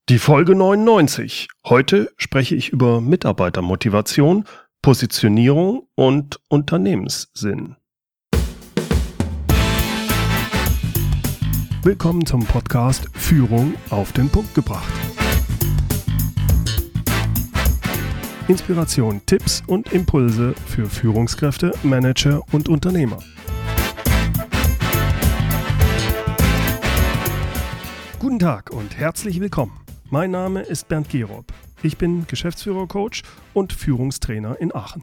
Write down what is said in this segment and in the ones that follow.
Die Folge 99. Heute spreche ich über Mitarbeitermotivation, Positionierung und Unternehmenssinn. Willkommen zum Podcast Führung auf den Punkt gebracht. Inspiration, Tipps und Impulse für Führungskräfte, Manager und Unternehmer. Guten Tag und herzlich willkommen. Mein Name ist Bernd Gerob. Ich bin Geschäftsführer-Coach und Führungstrainer in Aachen.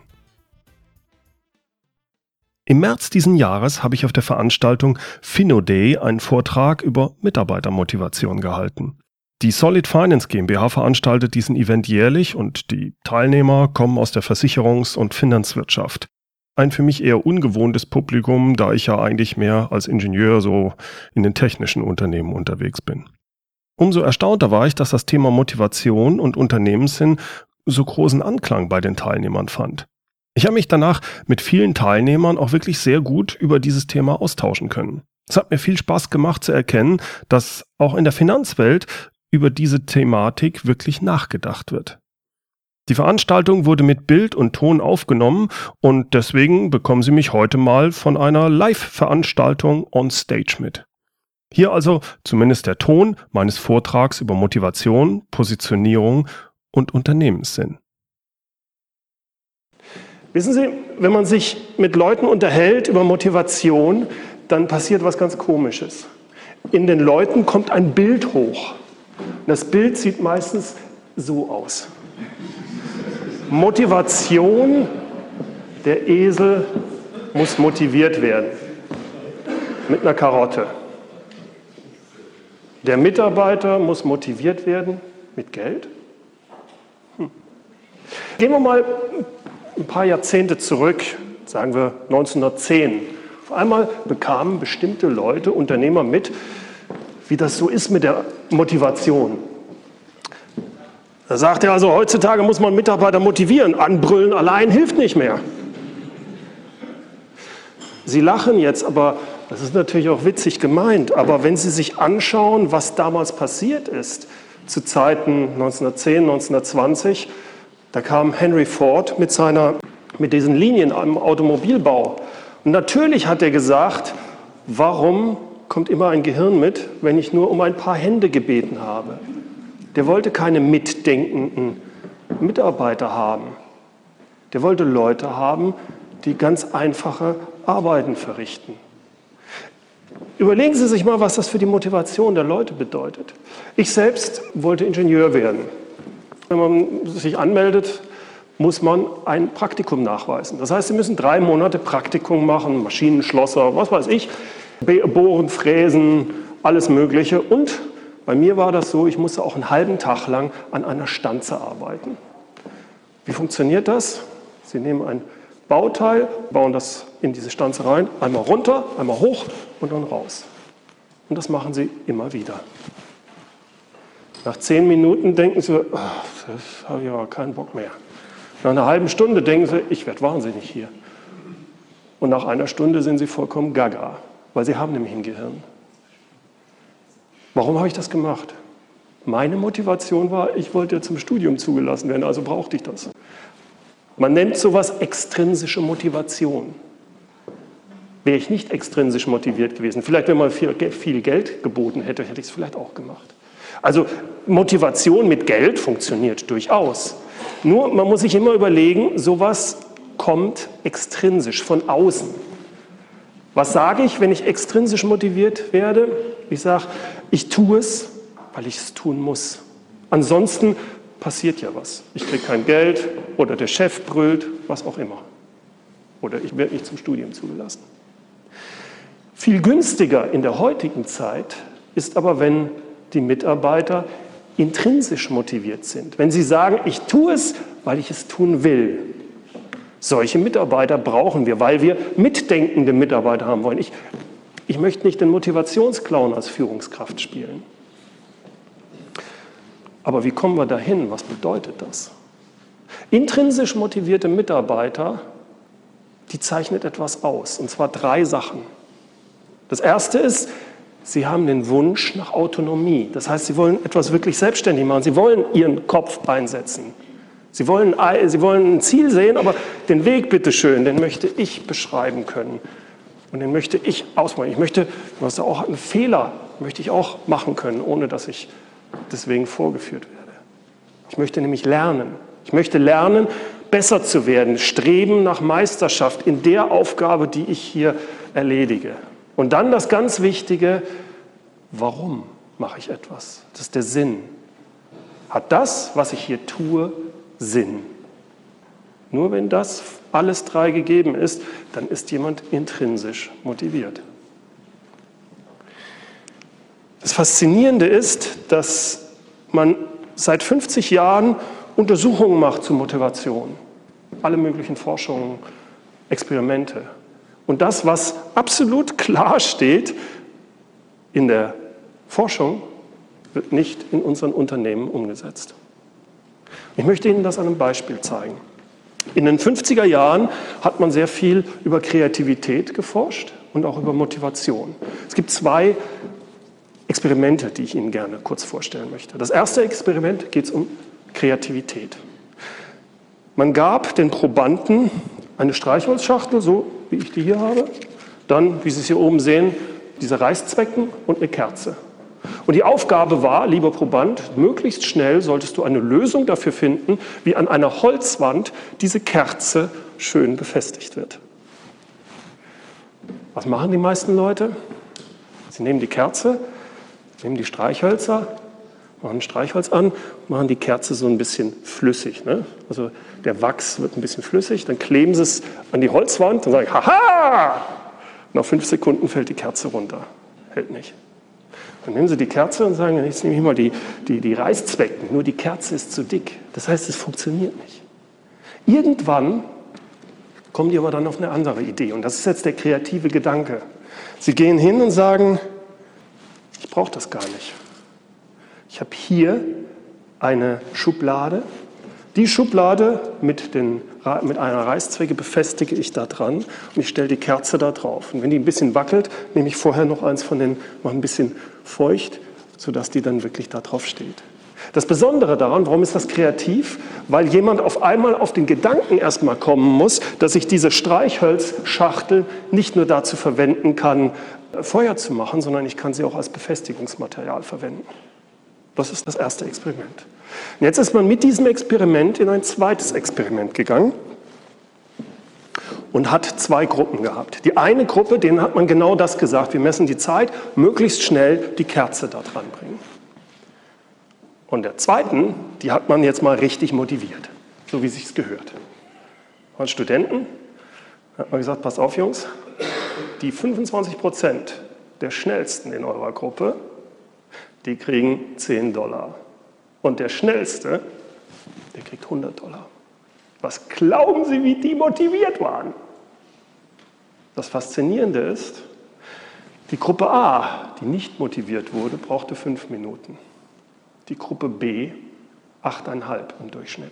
Im März diesen Jahres habe ich auf der Veranstaltung FinoDay einen Vortrag über Mitarbeitermotivation gehalten. Die Solid Finance GmbH veranstaltet diesen Event jährlich und die Teilnehmer kommen aus der Versicherungs- und Finanzwirtschaft. Ein für mich eher ungewohntes Publikum, da ich ja eigentlich mehr als Ingenieur so in den technischen Unternehmen unterwegs bin. Umso erstaunter war ich, dass das Thema Motivation und Unternehmenssinn so großen Anklang bei den Teilnehmern fand. Ich habe mich danach mit vielen Teilnehmern auch wirklich sehr gut über dieses Thema austauschen können. Es hat mir viel Spaß gemacht zu erkennen, dass auch in der Finanzwelt über diese Thematik wirklich nachgedacht wird. Die Veranstaltung wurde mit Bild und Ton aufgenommen und deswegen bekommen Sie mich heute mal von einer Live-Veranstaltung on Stage mit. Hier also zumindest der Ton meines Vortrags über Motivation, Positionierung und Unternehmenssinn. Wissen Sie, wenn man sich mit Leuten unterhält über Motivation, dann passiert was ganz Komisches. In den Leuten kommt ein Bild hoch. Das Bild sieht meistens so aus. Motivation, der Esel muss motiviert werden. Mit einer Karotte. Der Mitarbeiter muss motiviert werden mit Geld. Gehen wir mal ein paar Jahrzehnte zurück, sagen wir 1910. Auf einmal bekamen bestimmte Leute, Unternehmer mit, wie das so ist mit der Motivation. Da sagt er also, heutzutage muss man Mitarbeiter motivieren. Anbrüllen allein hilft nicht mehr. Sie lachen jetzt, aber das ist natürlich auch witzig gemeint. Aber wenn Sie sich anschauen, was damals passiert ist, zu Zeiten 1910, 1920, da kam Henry Ford mit diesen Linien im Automobilbau. Und natürlich hat er gesagt, warum kommt immer ein Gehirn mit, wenn ich nur um ein paar Hände gebeten habe? Der wollte keine mitdenkenden Mitarbeiter haben. Der wollte Leute haben, die ganz einfache Arbeiten verrichten. Überlegen Sie sich mal, was das für die Motivation der Leute bedeutet. Ich selbst wollte Ingenieur werden. Wenn man sich anmeldet, muss man ein Praktikum nachweisen. Das heißt, Sie müssen 3 Monate Praktikum machen, Maschinenschlosser, was weiß ich, bohren, fräsen, alles Mögliche. Und bei mir war das so, ich musste auch einen halben Tag lang an einer Stanze arbeiten. Wie funktioniert das? Sie nehmen ein Bauteil, bauen das in diese Stanze rein, einmal runter, einmal hoch und dann raus. Und das machen Sie immer wieder. Nach 10 Minuten denken Sie, das habe ich aber keinen Bock mehr. Nach einer halben Stunde denken Sie, ich werde wahnsinnig hier. Und nach einer Stunde sind Sie vollkommen gaga, weil Sie haben nämlich ein Gehirn. Warum habe ich das gemacht? Meine Motivation war, ich wollte zum Studium zugelassen werden, also brauchte ich das. Man nennt sowas extrinsische Motivation. Wäre ich nicht extrinsisch motiviert gewesen, vielleicht wenn man viel Geld geboten hätte, hätte ich es vielleicht auch gemacht. Also Motivation mit Geld funktioniert durchaus. Nur man muss sich immer überlegen, sowas kommt extrinsisch von außen. Was sage ich, wenn ich extrinsisch motiviert werde? Ich sage, ich tue es, weil ich es tun muss. Ansonsten passiert ja was. Ich kriege kein Geld oder der Chef brüllt, was auch immer. Oder ich werde nicht zum Studium zugelassen. Viel günstiger in der heutigen Zeit ist aber, wenn die Mitarbeiter intrinsisch motiviert sind. Wenn sie sagen, ich tue es, weil ich es tun will. Solche Mitarbeiter brauchen wir, weil wir mitdenkende Mitarbeiter haben wollen. Ich möchte nicht den Motivationsclown als Führungskraft spielen. Aber wie kommen wir dahin? Was bedeutet das? Intrinsisch motivierte Mitarbeiter, die zeichnet etwas aus, und zwar 3 Sachen. Das erste ist, Sie haben den Wunsch nach Autonomie. Das heißt, Sie wollen etwas wirklich selbstständig machen. Sie wollen Ihren Kopf einsetzen. Sie wollen ein Ziel sehen, aber den Weg, bitteschön, den möchte ich beschreiben können. Und den möchte ich ausmalen. Ich möchte, was auch einen Fehler, möchte ich auch machen können, ohne dass ich deswegen vorgeführt werde. Ich möchte nämlich lernen. Ich möchte lernen, besser zu werden, streben nach Meisterschaft in der Aufgabe, die ich hier erledige. Und dann das ganz Wichtige, warum mache ich etwas? Das ist der Sinn. Hat das, was ich hier tue, Sinn? Nur wenn das alles drei gegeben ist, dann ist jemand intrinsisch motiviert. Das Faszinierende ist, dass man seit 50 Jahren Untersuchungen macht zur Motivation. Alle möglichen Forschungen, Experimente. Und das, was absolut klar steht in der Forschung, wird nicht in unseren Unternehmen umgesetzt. Ich möchte Ihnen das an einem Beispiel zeigen. In den 50er Jahren hat man sehr viel über Kreativität geforscht und auch über Motivation. Es gibt zwei Experimente, die ich Ihnen gerne kurz vorstellen möchte. Das erste Experiment geht um Kreativität. Man gab den Probanden eine Streichholzschachtel, so wie ich die hier habe, dann, wie Sie es hier oben sehen, diese Reißzwecken und eine Kerze. Und die Aufgabe war, lieber Proband, möglichst schnell solltest du eine Lösung dafür finden, wie an einer Holzwand diese Kerze schön befestigt wird. Was machen die meisten Leute? Sie nehmen die Kerze, nehmen die Streichhölzer, machen ein Streichholz an, machen die Kerze so ein bisschen flüssig. Ne? Also der Wachs wird ein bisschen flüssig, dann kleben sie es an die Holzwand und sagen, haha! Nach 5 Sekunden fällt die Kerze runter. Hält nicht. Dann nehmen sie die Kerze und sagen, jetzt nehme ich mal die Reißzwecken, nur die Kerze ist zu dick. Das heißt, es funktioniert nicht. Irgendwann kommen die aber dann auf eine andere Idee und das ist jetzt der kreative Gedanke. Sie gehen hin und sagen, ich brauche das gar nicht. Ich habe hier eine Schublade. Die Schublade mit einer Reißzwecke befestige ich da dran und ich stelle die Kerze da drauf. Und wenn die ein bisschen wackelt, nehme ich vorher noch eins von den, mache ein bisschen feucht, sodass die dann wirklich da drauf steht. Das Besondere daran, warum ist das kreativ? Weil jemand auf einmal auf den Gedanken erstmal kommen muss, dass ich diese Streichholzschachtel nicht nur dazu verwenden kann, Feuer zu machen, sondern ich kann sie auch als Befestigungsmaterial verwenden. Das ist das erste Experiment. Und jetzt ist man mit diesem Experiment in ein zweites Experiment gegangen und hat 2 Gruppen gehabt. Die eine Gruppe, denen hat man genau das gesagt, wir messen die Zeit, möglichst schnell die Kerze da dran bringen. Und der zweiten, die hat man jetzt mal richtig motiviert, so wie es sich gehört. Als Studenten hat man gesagt, passt auf Jungs, die 25% der Schnellsten in eurer Gruppe, die kriegen $10. Und der Schnellste, der kriegt $100. Was glauben Sie, wie die motiviert waren? Das Faszinierende ist, die Gruppe A, die nicht motiviert wurde, brauchte 5 Minuten. Die Gruppe B 8,5 im Durchschnitt.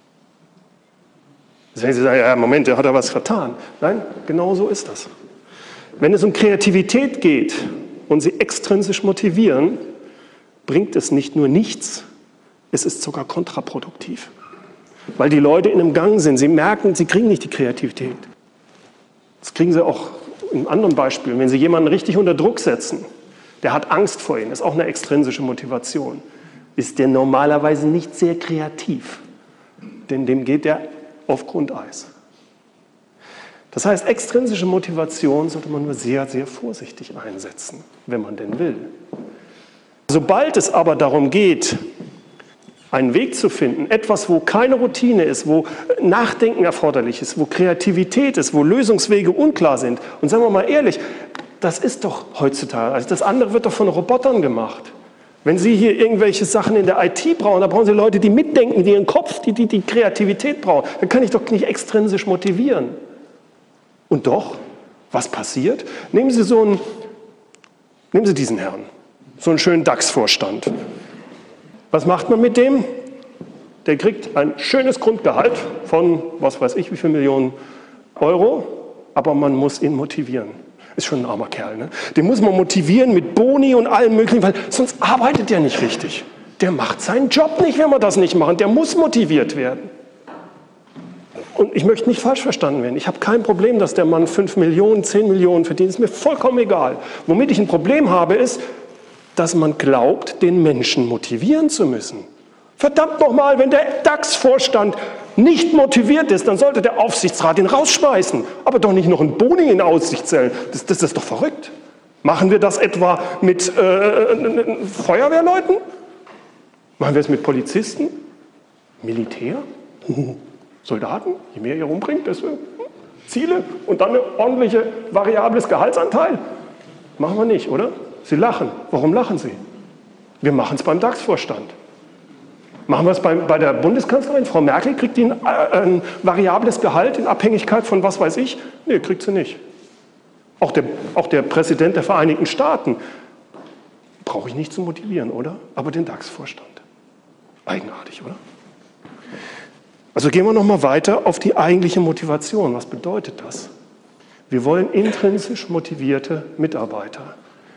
Wenn Sie sagen, ja, Moment, der hat da was vertan. Nein, genau so ist das. Wenn es um Kreativität geht und Sie extrinsisch motivieren, bringt es nicht nur nichts, es ist sogar kontraproduktiv. Weil die Leute in einem Gang sind, sie merken, sie kriegen nicht die Kreativität. Das kriegen sie auch in anderen Beispielen. Wenn Sie jemanden richtig unter Druck setzen, der hat Angst vor Ihnen, das ist auch eine extrinsische Motivation, ist der normalerweise nicht sehr kreativ, denn dem geht der auf Grundeis. Das heißt, extrinsische Motivation sollte man nur sehr, sehr vorsichtig einsetzen, wenn man denn will. Sobald es aber darum geht, einen Weg zu finden, etwas, wo keine Routine ist, wo Nachdenken erforderlich ist, wo Kreativität ist, wo Lösungswege unklar sind. Und sagen wir mal ehrlich, das ist doch heutzutage, also das andere wird doch von Robotern gemacht. Wenn Sie hier irgendwelche Sachen in der IT brauchen, da brauchen Sie Leute, die mitdenken, die ihren Kopf, die Kreativität brauchen. Dann kann ich doch nicht extrinsisch motivieren. Und doch, was passiert? Nehmen Sie diesen Herrn, so einen schönen DAX-Vorstand. Was macht man mit dem? Der kriegt ein schönes Grundgehalt von, was weiß ich, wie viel Millionen Euro, aber man muss ihn motivieren. ist schon ein armer Kerl. Ne? Den muss man motivieren mit Boni und allem Möglichen, weil sonst arbeitet der nicht richtig. Der macht seinen Job nicht, wenn wir das nicht machen. Der muss motiviert werden. Und ich möchte nicht falsch verstanden werden. Ich habe kein Problem, dass der Mann 5 Millionen, 10 Millionen verdient. Ist mir vollkommen egal. Womit ich ein Problem habe, ist, dass man glaubt, den Menschen motivieren zu müssen. Verdammt nochmal, wenn der DAX-Vorstand nicht motiviert ist, dann sollte der Aufsichtsrat ihn rausschmeißen. Aber doch nicht noch einen Boni in Aussicht stellen. Das ist doch verrückt. Machen wir das etwa mit Feuerwehrleuten? Machen wir es mit Polizisten? Militär? Soldaten? Je mehr ihr rumbringt, desto Ziele und dann ein ordentliches variables Gehaltsanteil. Machen wir nicht, oder? Sie lachen. Warum lachen Sie? Wir machen es beim DAX-Vorstand. Machen wir es bei der Bundeskanzlerin? Frau Merkel, kriegt die ein variables Gehalt in Abhängigkeit von was weiß ich? Nee, kriegt sie nicht. Auch der Präsident der Vereinigten Staaten brauche ich nicht zu motivieren, oder? Aber den DAX-Vorstand. Eigenartig, oder? Also gehen wir noch mal weiter auf die eigentliche Motivation. Was bedeutet das? Wir wollen intrinsisch motivierte Mitarbeiter.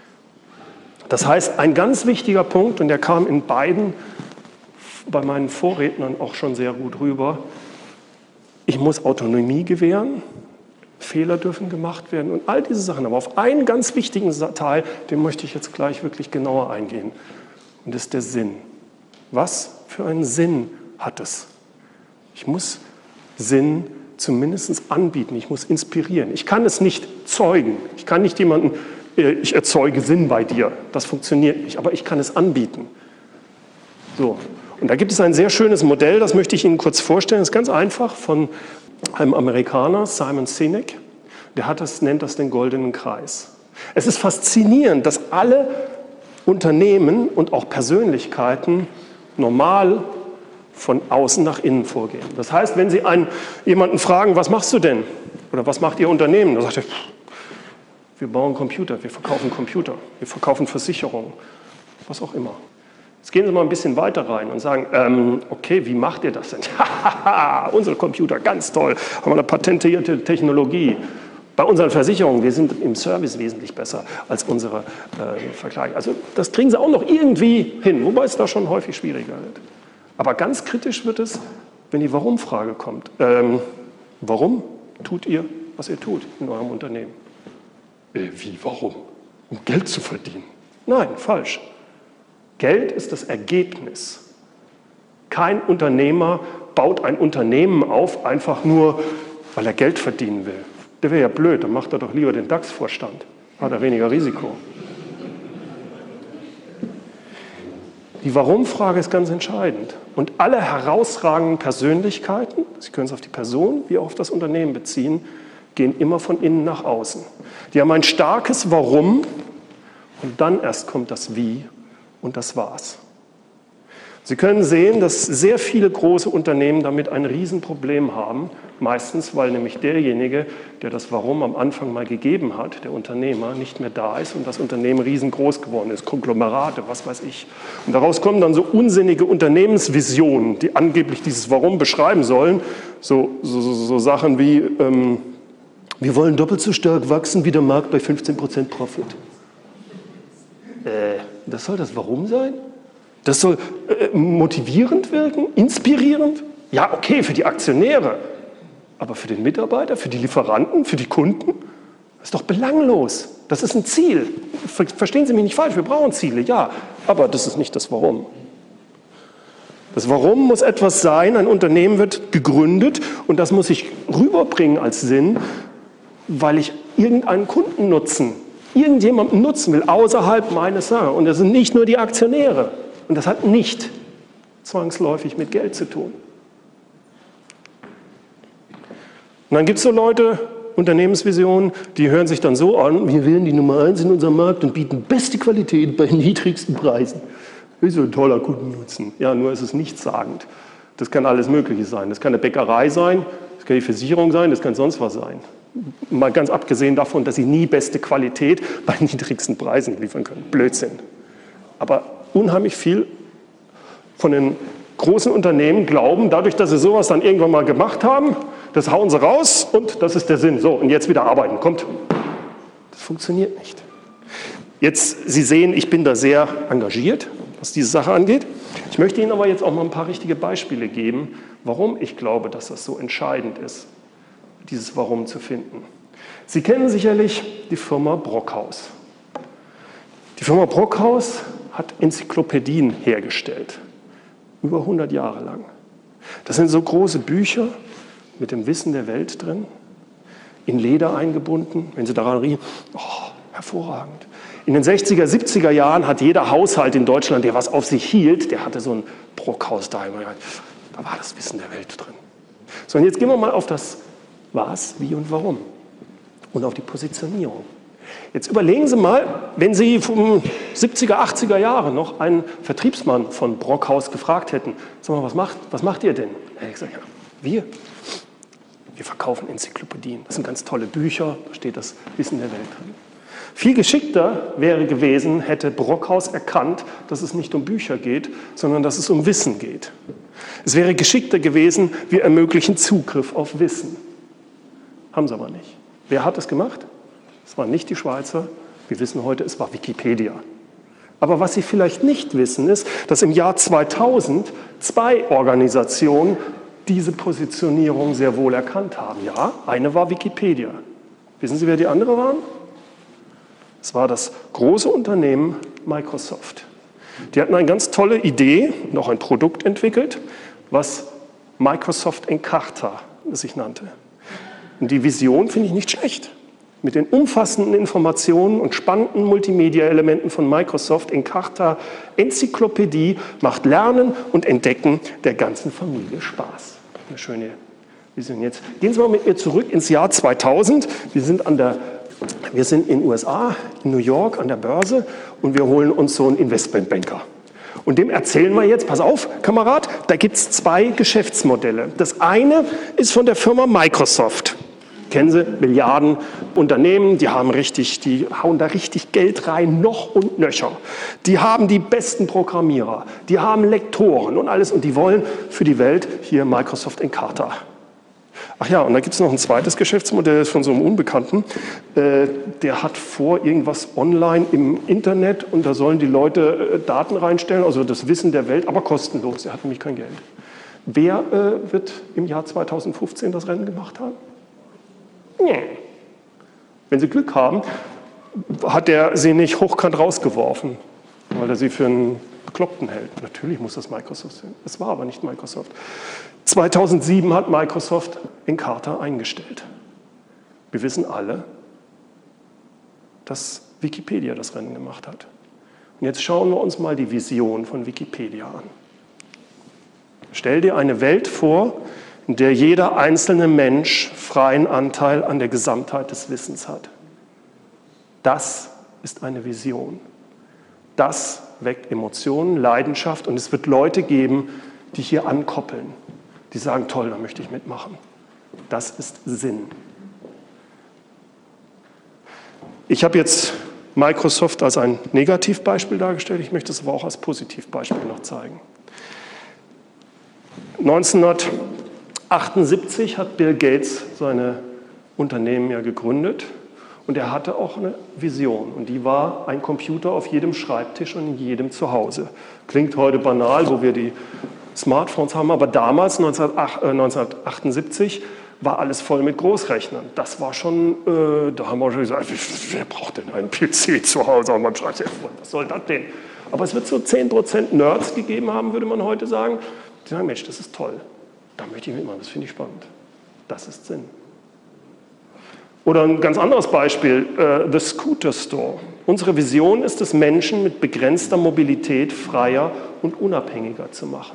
Das heißt, ein ganz wichtiger Punkt, und der kam in beiden bei meinen Vorrednern auch schon sehr gut rüber, ich muss Autonomie gewähren, Fehler dürfen gemacht werden und all diese Sachen. Aber auf einen ganz wichtigen Teil, den möchte ich jetzt gleich wirklich genauer eingehen. Und das ist der Sinn. Was für einen Sinn hat es? Ich muss Sinn zumindest anbieten, ich muss inspirieren. Ich kann es nicht zeugen. Ich kann nicht jemanden, ich erzeuge Sinn bei dir. Das funktioniert nicht, aber ich kann es anbieten. So. Und da gibt es ein sehr schönes Modell, das möchte ich Ihnen kurz vorstellen. Das ist ganz einfach von einem Amerikaner, Simon Sinek. Der nennt das den goldenen Kreis. Es ist faszinierend, dass alle Unternehmen und auch Persönlichkeiten normal von außen nach innen vorgehen. Das heißt, wenn Sie jemanden fragen, was machst du denn? Oder was macht Ihr Unternehmen? Dann sagt er, wir bauen Computer, wir verkaufen Versicherungen, was auch immer. Jetzt gehen Sie mal ein bisschen weiter rein und sagen, okay, wie macht ihr das denn? Unsere Computer, ganz toll, haben wir eine patentierte Technologie. Bei unseren Versicherungen, wir sind im Service wesentlich besser als unsere Vergleiche. Also das kriegen Sie auch noch irgendwie hin, wobei es da schon häufig schwieriger wird. Aber ganz kritisch wird es, wenn die Warum-Frage kommt. Warum tut ihr, was ihr tut in eurem Unternehmen? Wie, warum? Um Geld zu verdienen? Nein, falsch. Geld ist das Ergebnis. Kein Unternehmer baut ein Unternehmen auf, einfach nur, weil er Geld verdienen will. Der wäre ja blöd, dann macht er doch lieber den DAX-Vorstand. Hat er weniger Risiko. Die Warum-Frage ist ganz entscheidend. Und alle herausragenden Persönlichkeiten, Sie können es auf die Person wie auch auf das Unternehmen beziehen, gehen immer von innen nach außen. Die haben ein starkes Warum und dann erst kommt das Wie und das Was. Sie können sehen, dass sehr viele große Unternehmen damit ein Riesenproblem haben, meistens weil nämlich derjenige, der das Warum am Anfang mal gegeben hat, der Unternehmer, nicht mehr da ist und das Unternehmen riesengroß geworden ist, Konglomerate, was weiß ich. Und daraus kommen dann so unsinnige Unternehmensvisionen, die angeblich dieses Warum beschreiben sollen, so Sachen wie, wir wollen doppelt so stark wachsen wie der Markt bei 15% Profit. Das soll das Warum sein? Das soll motivierend wirken, inspirierend? Ja, okay, für die Aktionäre. Aber für den Mitarbeiter, für die Lieferanten, für die Kunden? Das ist doch belanglos. Das ist ein Ziel. Verstehen Sie mich nicht falsch, wir brauchen Ziele, ja. Aber das ist nicht das Warum. Das Warum muss etwas sein, ein Unternehmen wird gegründet und das muss ich rüberbringen als Sinn, weil ich irgendeinen Kunden irgendjemanden nutzen will, außerhalb meines Sachen. Und das sind nicht nur die Aktionäre. Und das hat nicht zwangsläufig mit Geld zu tun. Und dann gibt es so Leute, Unternehmensvisionen, die hören sich dann so an, wir wären die Nummer 1 in unserem Markt und bieten beste Qualität bei niedrigsten Preisen. Das ist so ein toller Kundennutzen. Ja, nur ist es nichtssagend. Das kann alles Mögliche sein. Das kann eine Bäckerei sein, das kann die Versicherung sein, das kann sonst was sein. Mal ganz abgesehen davon, dass sie nie beste Qualität bei niedrigsten Preisen liefern können. Blödsinn. Aber unheimlich viel von den großen Unternehmen glauben, dadurch, dass sie sowas dann irgendwann mal gemacht haben, das hauen sie raus und das ist der Sinn. So, und jetzt wieder arbeiten. Kommt. Das Das funktioniert nicht. Jetzt, Sie sehen, ich bin da sehr engagiert, was diese Sache angeht. Ich möchte Ihnen aber jetzt auch mal ein paar richtige Beispiele geben, warum ich glaube, dass das so entscheidend ist, dieses Warum zu finden. Sie kennen sicherlich die Firma Brockhaus. Die Firma Brockhaus hat Enzyklopädien hergestellt, über 100 Jahre lang. Das sind so große Bücher mit dem Wissen der Welt drin, in Leder eingebunden. Wenn Sie daran riechen, oh, hervorragend. In den 60er, 70er Jahren hat jeder Haushalt in Deutschland, der was auf sich hielt, der hatte so ein Brockhaus daheim. Da war das Wissen der Welt drin. So, und jetzt gehen wir mal auf das Was, Wie und Warum und auf die Positionierung. Jetzt überlegen Sie mal, wenn Sie vom 70er, 80er Jahre noch einen Vertriebsmann von Brockhaus gefragt hätten, sag mal, was macht ihr denn? Er hätte gesagt, ja, wir verkaufen Enzyklopädien. Das sind ganz tolle Bücher, da steht das Wissen der Welt drin. Viel geschickter wäre gewesen, hätte Brockhaus erkannt, dass es nicht um Bücher geht, sondern dass es um Wissen geht. Es wäre geschickter gewesen, wir ermöglichen Zugriff auf Wissen. Haben sie aber nicht. Wer hat es gemacht? Es waren nicht die Schweizer. Wir wissen heute, es war Wikipedia. Aber was Sie vielleicht nicht wissen, ist, dass im Jahr 2000 2 Organisationen diese Positionierung sehr wohl erkannt haben. Ja, eine war Wikipedia. Wissen Sie, wer die andere waren? Es war das große Unternehmen Microsoft. Die hatten eine ganz tolle Idee, noch ein Produkt entwickelt, was Microsoft Encarta sich nannte. Und die Vision finde ich nicht schlecht. Mit den umfassenden Informationen und spannenden Multimedia-Elementen von Microsoft Encarta Enzyklopädie macht Lernen und Entdecken der ganzen Familie Spaß. Eine schöne Vision. Jetzt gehen Sie mal mit mir zurück ins Jahr 2000. Wir sind in den USA, in New York an der Börse und wir holen uns so einen Investmentbanker. Und dem erzählen wir jetzt, pass auf, Kamerad, da gibt es 2 Geschäftsmodelle. Das eine ist von der Firma Microsoft. Kennen Sie, Milliarden Unternehmen, die hauen da richtig Geld rein, noch und nöcher. Die haben die besten Programmierer, die haben Lektoren und alles und die wollen für die Welt hier Microsoft Encarta. Ach ja, und da gibt es noch ein zweites Geschäftsmodell von so einem Unbekannten. Der hat vor, irgendwas online im Internet und da sollen die Leute Daten reinstellen, also das Wissen der Welt, aber kostenlos. Er hat nämlich kein Geld. Wer wird im Jahr 2015 das Rennen gemacht haben? Nee. Wenn Sie Glück haben, hat er sie nicht hochkant rausgeworfen, weil er sie für einen Bekloppten hält. Natürlich muss das Microsoft sein. Es war aber nicht Microsoft. 2007 hat Microsoft Encarta eingestellt. Wir wissen alle, dass Wikipedia das Rennen gemacht hat. Und jetzt schauen wir uns mal die Vision von Wikipedia an. Stell dir eine Welt vor, in der jeder einzelne Mensch freien Anteil an der Gesamtheit des Wissens hat. Das ist eine Vision. Das weckt Emotionen, Leidenschaft und es wird Leute geben, die hier ankoppeln, die sagen, toll, da möchte ich mitmachen. Das ist Sinn. Ich habe jetzt Microsoft als ein Negativbeispiel dargestellt, ich möchte es aber auch als Positivbeispiel noch zeigen. 1978 hat Bill Gates seine Unternehmen ja gegründet und er hatte auch eine Vision und die war ein Computer auf jedem Schreibtisch und in jedem Zuhause. Klingt heute banal, wo wir die Smartphones haben, aber damals, 1978, war alles voll mit Großrechnern. Das war schon, da haben wir schon gesagt, wer braucht denn einen PC zu Hause? Und man schreibt sich, was soll das denn? Aber es wird so 10% Nerds gegeben haben, würde man heute sagen. Die sagen, Mensch, das ist toll. Da möchte ich mitmachen, das finde ich spannend. Das ist Sinn. Oder ein ganz anderes Beispiel, The Scooter Store. Unsere Vision ist es, Menschen mit begrenzter Mobilität freier und unabhängiger zu machen.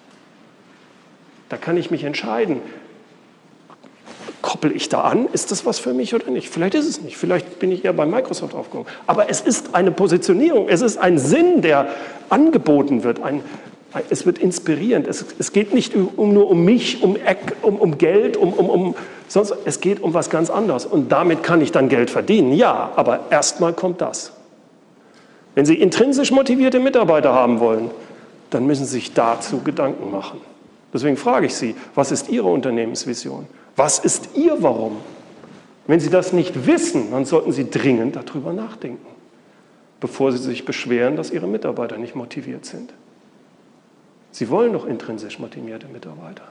Da kann ich mich entscheiden, koppel ich da an, ist das was für mich oder nicht? Vielleicht ist es nicht, vielleicht bin ich eher bei Microsoft aufgehoben. Aber es ist eine Positionierung, es ist ein Sinn, der angeboten wird, es wird inspirierend. Es geht nicht nur um mich, um Geld, sonst es geht um was ganz anderes. Und damit kann ich dann Geld verdienen, ja, aber erstmal kommt das. Wenn Sie intrinsisch motivierte Mitarbeiter haben wollen, dann müssen Sie sich dazu Gedanken machen. Deswegen frage ich Sie, was ist Ihre Unternehmensvision? Was ist Ihr Warum? Wenn Sie das nicht wissen, dann sollten Sie dringend darüber nachdenken, bevor Sie sich beschweren, dass Ihre Mitarbeiter nicht motiviert sind. Sie wollen doch intrinsisch motivierte Mitarbeiter.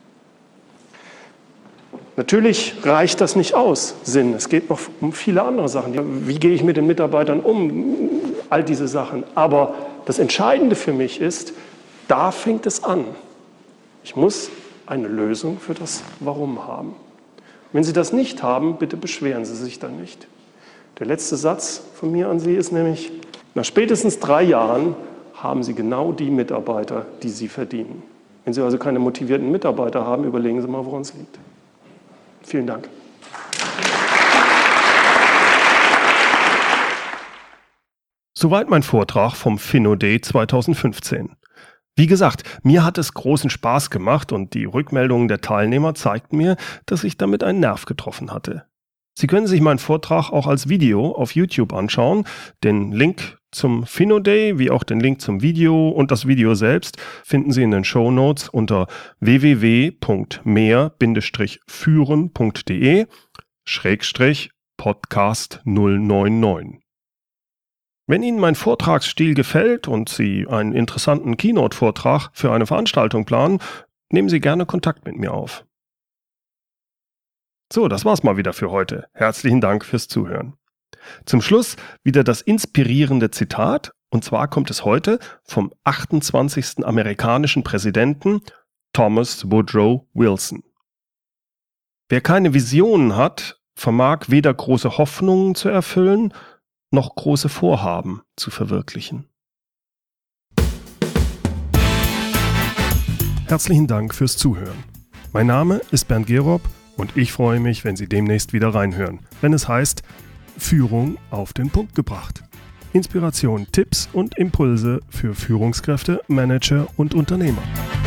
Natürlich reicht das nicht aus, Sinn. Es geht noch um viele andere Sachen. Wie gehe ich mit den Mitarbeitern um? All diese Sachen. Aber das Entscheidende für mich ist, da fängt es an. Ich muss eine Lösung für das Warum haben. Wenn Sie das nicht haben, bitte beschweren Sie sich dann nicht. Der letzte Satz von mir an Sie ist nämlich, nach spätestens 3 Jahren haben Sie genau die Mitarbeiter, die Sie verdienen. Wenn Sie also keine motivierten Mitarbeiter haben, überlegen Sie mal, woran es liegt. Vielen Dank. Soweit mein Vortrag vom FinoDay 2015. Wie gesagt, mir hat es großen Spaß gemacht und die Rückmeldungen der Teilnehmer zeigten mir, dass ich damit einen Nerv getroffen hatte. Sie können sich meinen Vortrag auch als Video auf YouTube anschauen. Den Link zum FinoDay wie auch den Link zum Video und das Video selbst finden Sie in den Shownotes unter www.mehr-führen.de/podcast 099. Wenn Ihnen mein Vortragsstil gefällt und Sie einen interessanten Keynote-Vortrag für eine Veranstaltung planen, nehmen Sie gerne Kontakt mit mir auf. So, das war's mal wieder für heute. Herzlichen Dank fürs Zuhören. Zum Schluss wieder das inspirierende Zitat, und zwar kommt es heute vom 28. amerikanischen Präsidenten Thomas Woodrow Wilson. Wer keine Visionen hat, vermag weder große Hoffnungen zu erfüllen, noch große Vorhaben zu verwirklichen. Herzlichen Dank fürs Zuhören. Mein Name ist Bernd Gerob und ich freue mich, wenn Sie demnächst wieder reinhören, wenn es heißt Führung auf den Punkt gebracht. Inspiration, Tipps und Impulse für Führungskräfte, Manager und Unternehmer.